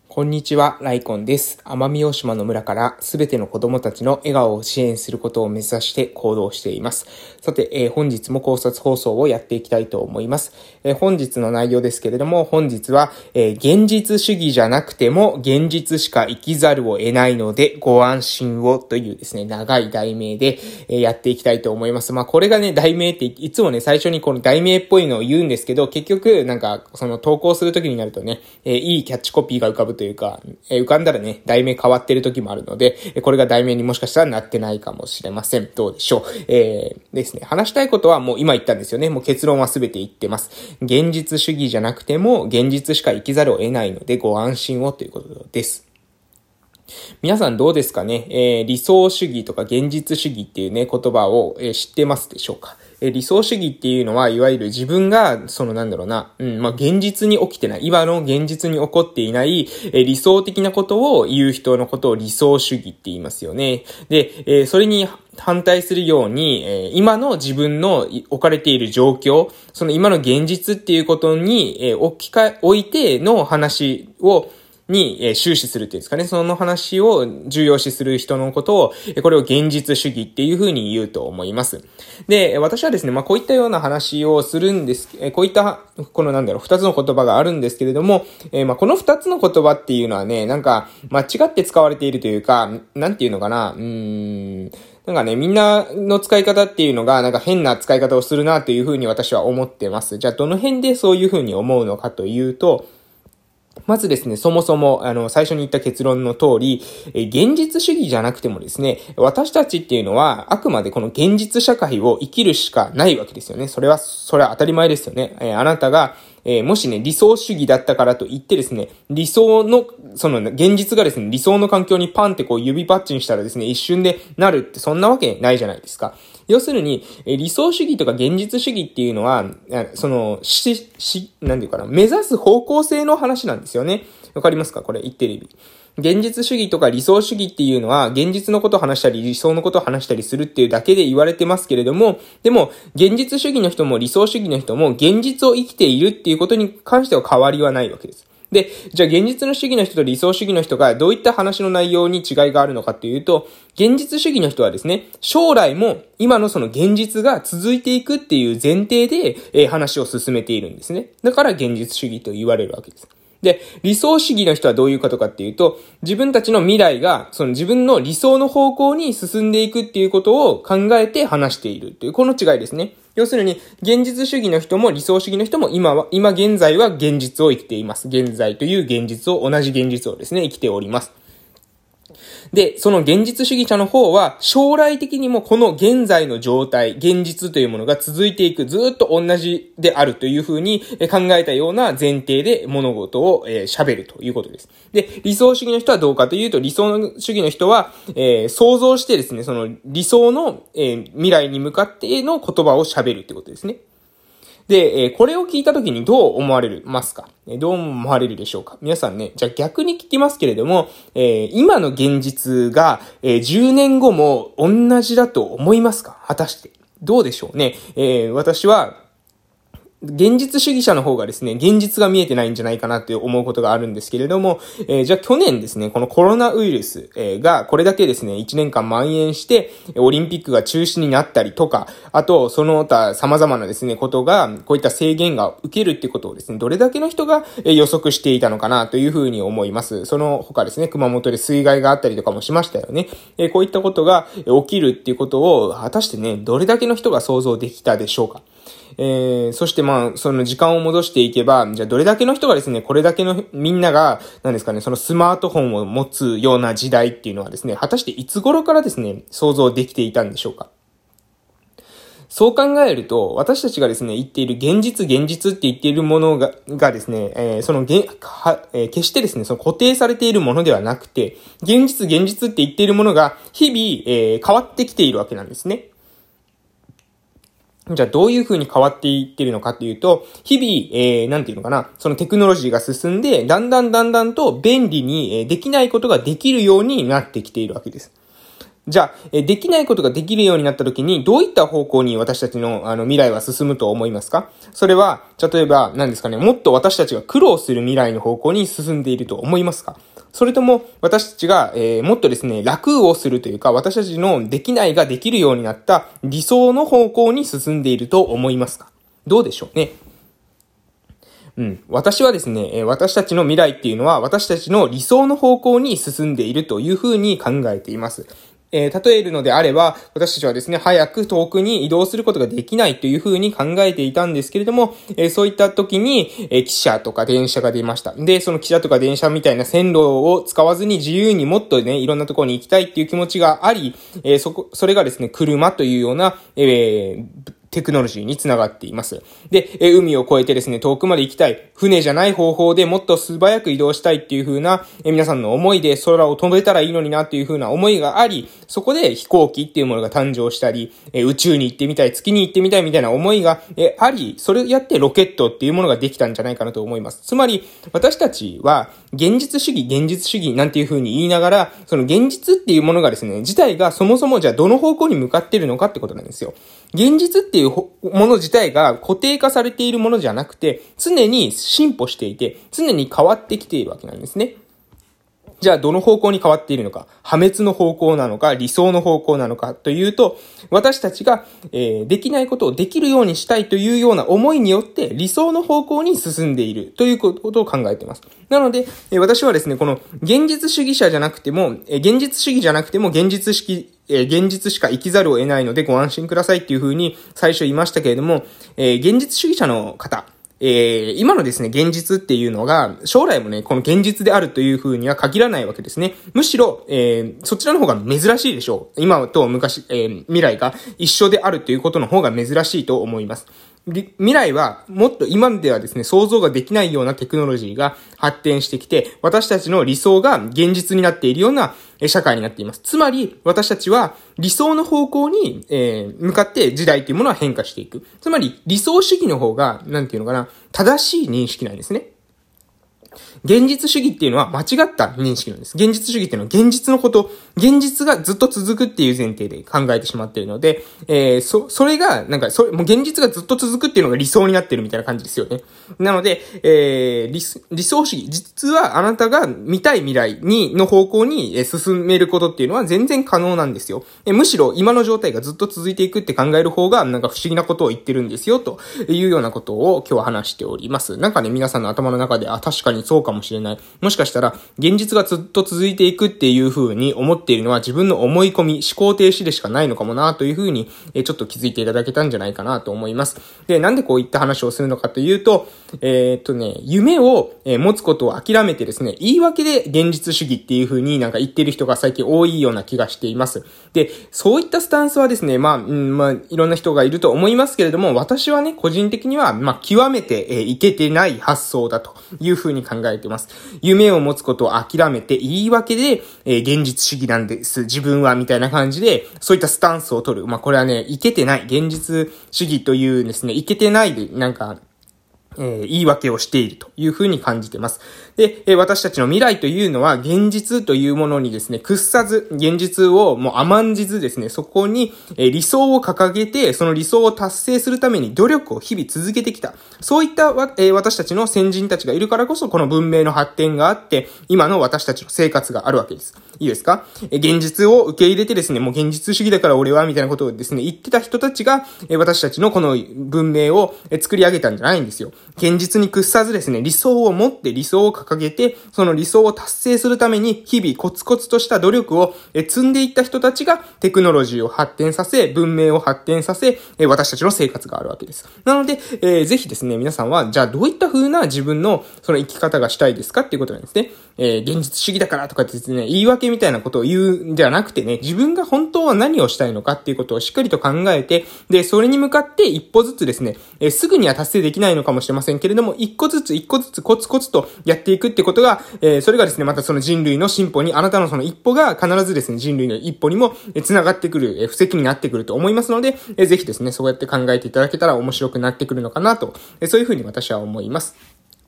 こんにちは、ライコンです。奄美大島の村からすべての子供たちの笑顔を支援することを目指して行動しています。さて、本日も考察放送をやっていきたいと思います。本日の内容ですけれども、本日は、現実主義じゃなくても現実しか生きざるを得ないのでご安心をというですね、長い題名で、やっていきたいと思います。これがね、題名っていつもね、最初にこの題名っぽいのを言うんですけど、結局その投稿するときになるとね、いいキャッチコピーが浮かぶというか、浮かんだらね、題名変わってる時もあるので、これが題名にもしかしたらなってないかもしれません。どうでしょう。ですね、話したいことはもう今言ったんですよね。もう結論は全て言ってます。現実主義じゃなくても、現実しか生きざるを得ないので、ご安心をということです。皆さんどうですかね、理想主義とか現実主義っていうね、言葉を、知ってますでしょうか。理想主義っていうのは、いわゆる自分が、現実に起きてない、今の現実に起こっていない、理想的なことを言う人のことを理想主義って言いますよね。で、それに反対するように、今の自分の置かれている状況、その今の現実っていうことに、置いての話に終始するっていうんですかね。その話を重要視する人のことを、これを現実主義っていうふうに言うと思います。で、私はですね、こういったような話をするんです。こういった、二つの言葉があるんですけれども、この二つの言葉っていうのはね、間違って使われているというか、なんていうのかな、みんなの使い方っていうのが、変な使い方をするなというふうに私は思ってます。じゃあ、どの辺でそういうふうに思うのかというと、まずですね、そもそも、最初に言った結論の通り、現実主義じゃなくてもですね、私たちっていうのは、あくまでこの現実社会を生きるしかないわけですよね。それは当たり前ですよね。あなたが、もしね、理想主義だったからといってですね、現実がですね、理想の環境にパンって指パッチンしたらですね、一瞬でなるってそんなわけないじゃないですか。要するに、理想主義とか現実主義っていうのは、目指す方向性の話なんですよね。わかりますか？これ言ってる意味。現実主義とか理想主義っていうのは、現実のことを話したり、理想のことを話したりするっていうだけで言われてますけれども、でも、現実主義の人も理想主義の人も、現実を生きているっていうことに関しては変わりはないわけです。で、じゃあ現実の主義の人と理想主義の人がどういった話の内容に違いがあるのかっていうと、現実主義の人はですね、将来も今のその現実が続いていくっていう前提で、話を進めているんですね。だから現実主義と言われるわけです。で、理想主義の人はどういうことかっていうと、自分たちの未来が、その自分の理想の方向に進んでいくっていうことを考えて話しているという、この違いですね。要するに、現実主義の人も理想主義の人も今現在は現実を生きています。現在という現実を、同じ現実をですね、生きております。で、その現実主義者の方は、将来的にもこの現在の状態、現実というものが続いていく、ずっと同じであるというふうに考えたような前提で物事を喋るということです。で、理想主義の人はどうかというと、理想主義の人は、想像してですね、その理想の、未来に向かっての言葉を喋るということですね。で、これを聞いたときにどう思われますか？どう思われるでしょうか？皆さんね、じゃあ逆に聞きますけれども、今の現実が、10年後も同じだと思いますか？果たして。どうでしょうね。私は、現実主義者の方がですね、現実が見えてないんじゃないかなって思うことがあるんですけれども、じゃあ去年ですね、このコロナウイルスがこれだけですね、1年間蔓延して、オリンピックが中止になったりとか、あと、その他様々なですね、ことが、こういった制限が受けるっていうことをですね、どれだけの人が予測していたのかなというふうに思います。その他ですね、熊本で水害があったりとかもしましたよね。こういったことが起きるっていうことを、果たしてね、どれだけの人が想像できたでしょうか。そしてその時間を戻していけば、じゃあどれだけの人がですね、これだけのみんなが、そのスマートフォンを持つような時代っていうのはですね、果たしていつ頃からですね、想像できていたんでしょうか。そう考えると、私たちがですね、言っている現実って言っているものがですね、決してですね、その固定されているものではなくて、現実って言っているものが日々、変わってきているわけなんですね。じゃあどういう風に変わっていってるのかっていうと、日々、そのテクノロジーが進んで、だんだんと便利にできないことができるようになってきているわけです。 じゃあ、できないことができるようになった時に、どういった方向に私たちの、未来は進むと思いますか？それは、例えば、何ですかね、もっと私たちが苦労する未来の方向に進んでいると思いますか？それとも、私たちが、もっとですね、楽をするというか、私たちのできないができるようになった理想の方向に進んでいると思いますか？どうでしょうね。私はですね、私たちの未来っていうのは、私たちの理想の方向に進んでいるというふうに考えています。例えるのであれば、私たちはですね、早く遠くに移動することができないというふうに考えていたんですけれども、そういった時に、汽車とか電車が出ました。で、その汽車とか電車みたいな線路を使わずに自由にもっとね、いろんなところに行きたいっていう気持ちがあり、それがですね、車というような、テクノロジーにつながっています。で、海を越えてですね、遠くまで行きたい。船じゃない方法でもっと素早く移動したいっていう風な、皆さんの思いで空を飛べたらいいのになっていう風な思いがあり、そこで飛行機っていうものが誕生したり、宇宙に行ってみたい、月に行ってみたいみたいな思いが、あり、それをやってロケットっていうものができたんじゃないかなと思います。つまり、私たちは、現実主義なんていう風に言いながら、その現実っていうものがですね、自体がそもそもじゃあどの方向に向かってるのかってことなんですよ。現実っていうもの自体が固定化されているものじゃなくて、常に進歩していて、常に変わってきているわけなんですね。じゃあどの方向に変わっているのか、破滅の方向なのか、理想の方向なのかというと、私たちが、できないことをできるようにしたいというような思いによって理想の方向に進んでいるということを考えています。なので、私はですね、この現実主義者じゃなくても、現実主義じゃなくても現実しか生きざるを得ないのでご安心くださいっていうふうに最初言いましたけれども、現実主義者の方、今のですね、現実っていうのが、将来もね、この現実であるという風には限らないわけですね。むしろ、そちらの方が珍しいでしょう。今と昔、未来が一緒であるということの方が珍しいと思います。未来はもっと今ではですね、想像ができないようなテクノロジーが発展してきて、私たちの理想が現実になっているような社会になっています。つまり、私たちは理想の方向に、向かって時代というものは変化していく。つまり、理想主義の方が、なんていうのかな、正しい認識なんですね。現実主義っていうのは間違った認識なんです。現実主義っていうのは現実のこと、現実がずっと続くっていう前提で考えてしまっているので、それが、もう現実がずっと続くっていうのが理想になってるみたいな感じですよね。なので、理想主義、実はあなたが見たい未来の方向に進めることっていうのは全然可能なんですよ。むしろ今の状態がずっと続いていくって考える方が不思議なことを言ってるんですよというようなことを今日は話しております。皆さんの頭の中で、確かにそうかもしれない。もしかしたら、現実がずっと続いていくっていう風に思っているのは自分の思い込み、思考停止でしかないのかもなという風に、ちょっと気づいていただけたんじゃないかなと思います。で、なんでこういった話をするのかというと、夢を持つことを諦めてですね、言い訳で現実主義っていう風に言ってる人が最近多いような気がしています。で、そういったスタンスはですね、いろんな人がいると思いますけれども、私はね、個人的には、極めて、いけてない発想だという風に考えています。夢を持つことを諦めて言い訳で、現実主義なんです。自分はみたいな感じで、そういったスタンスを取る。これはね、いけてない。現実主義というですね、いけてないで、言い訳をしているというふうに感じています。で、私たちの未来というのは現実というものにですね、屈さず、現実をもう甘んじずですね、そこに理想を掲げて、その理想を達成するために努力を日々続けてきた。そういった私たちの先人たちがいるからこそ、この文明の発展があって、今の私たちの生活があるわけです。いいですか？現実を受け入れてですね、もう現実主義だから俺は、みたいなことをですね、言ってた人たちが、私たちのこの文明を作り上げたんじゃないんですよ。現実に屈さずですね、理想を持って理想を掲げて、その理想を達成するために日々コツコツとした努力を積んでいった人たちがテクノロジーを発展させ、文明を発展させ、私たちの生活があるわけです。なので、ぜひですね、皆さんは、じゃあどういった風な自分のその生き方がしたいですかっていうことなんですね。現実主義だからとかですね、言い訳みたいなことを言うんじゃなくてね、自分が本当は何をしたいのかっていうことをしっかりと考えて、で、それに向かって一歩ずつですね、すぐには達成できないのかもしれませんけれども、一個ずつコツコツとやっていくってことが、それがですね、またその人類の進歩に、あなたのその一歩が必ずですね、人類の一歩にも繋がってくる、布石になってくると思いますので、ぜひですね、そうやって考えていただけたら面白くなってくるのかなと、そういうふうに私は思います。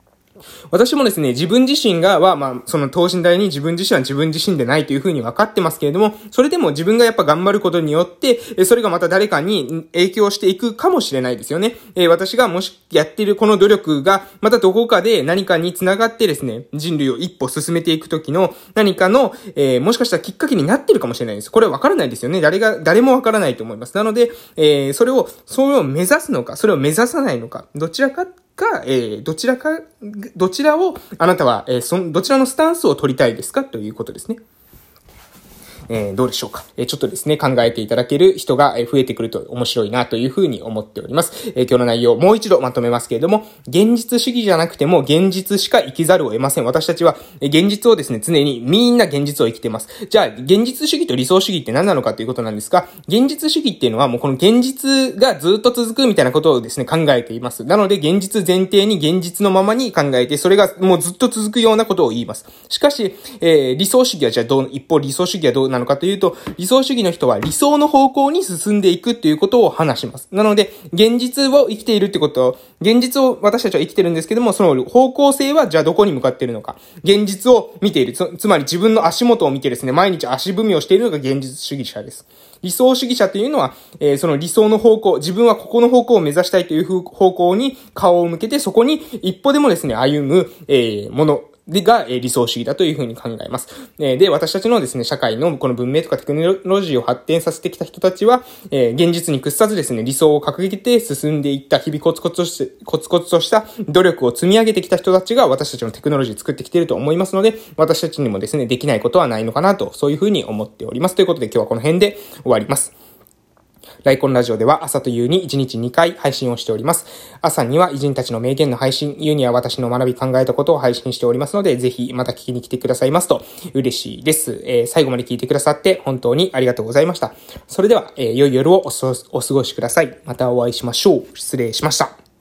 私もですね、自分自身その等身大に自分自身は自分自身でないというふうに分かってますけれども、それでも自分がやっぱ頑張ることによって、それがまた誰かに影響していくかもしれないですよね。私がもしやっているこの努力が、またどこかで何かにつながってですね、人類を一歩進めていくときの何かの、もしかしたらきっかけになっているかもしれないです。これは分からないですよね。誰も分からないと思います。なので、それを目指すのか、それを目指さないのか、どちらを、あなたは、どちらのスタンスを取りたいですかということですね。どうでしょうか。ちょっとですね、考えていただける人が増えてくると面白いなというふうに思っております。今日の内容をもう一度まとめますけれども、現実主義じゃなくても現実しか生きざるを得ません。私たちは現実をですね、常にみんな現実を生きています。じゃあ、現実主義と理想主義って何なのかということなんですが、現実主義っていうのはもうこの現実がずっと続くみたいなことをですね、考えています。なので、現実前提に現実のままに考えて、それがもうずっと続くようなことを言います。しかし、理想主義はじゃあ一方理想主義はどうなのかというと、理想主義の人は理想の方向に進んでいくということを話します。なので、現実を生きているってこと、現実を私たちは生きてるんですけども、その方向性はじゃあどこに向かっているのか。現実を見ている。つまり自分の足元を見てですね、毎日足踏みをしているのが現実主義者です。理想主義者というのは、その理想の方向、自分はここの方向を目指したいという方向に顔を向けて、そこに一歩でもですね、歩む、もの、が理想主義だというふうに考えます。で、私たちのですね、社会のこの文明とかテクノロジーを発展させてきた人たちは、現実に屈さずですね、理想を掲げて進んでいった日々コツコツとした努力を積み上げてきた人たちが私たちのテクノロジーを作ってきていると思いますので、私たちにもですね、できないことはないのかなと、そういうふうに思っております。ということで今日はこの辺で終わります。ライコンラジオでは朝と夕に1日2回配信をしております。朝には偉人たちの名言の配信、夕には私の学び考えたことを配信しておりますので、ぜひまた聞きに来てくださいますと嬉しいです。最後まで聞いてくださって本当にありがとうございました。それでは、良い夜をお過ごしください。またお会いしましょう。失礼しました。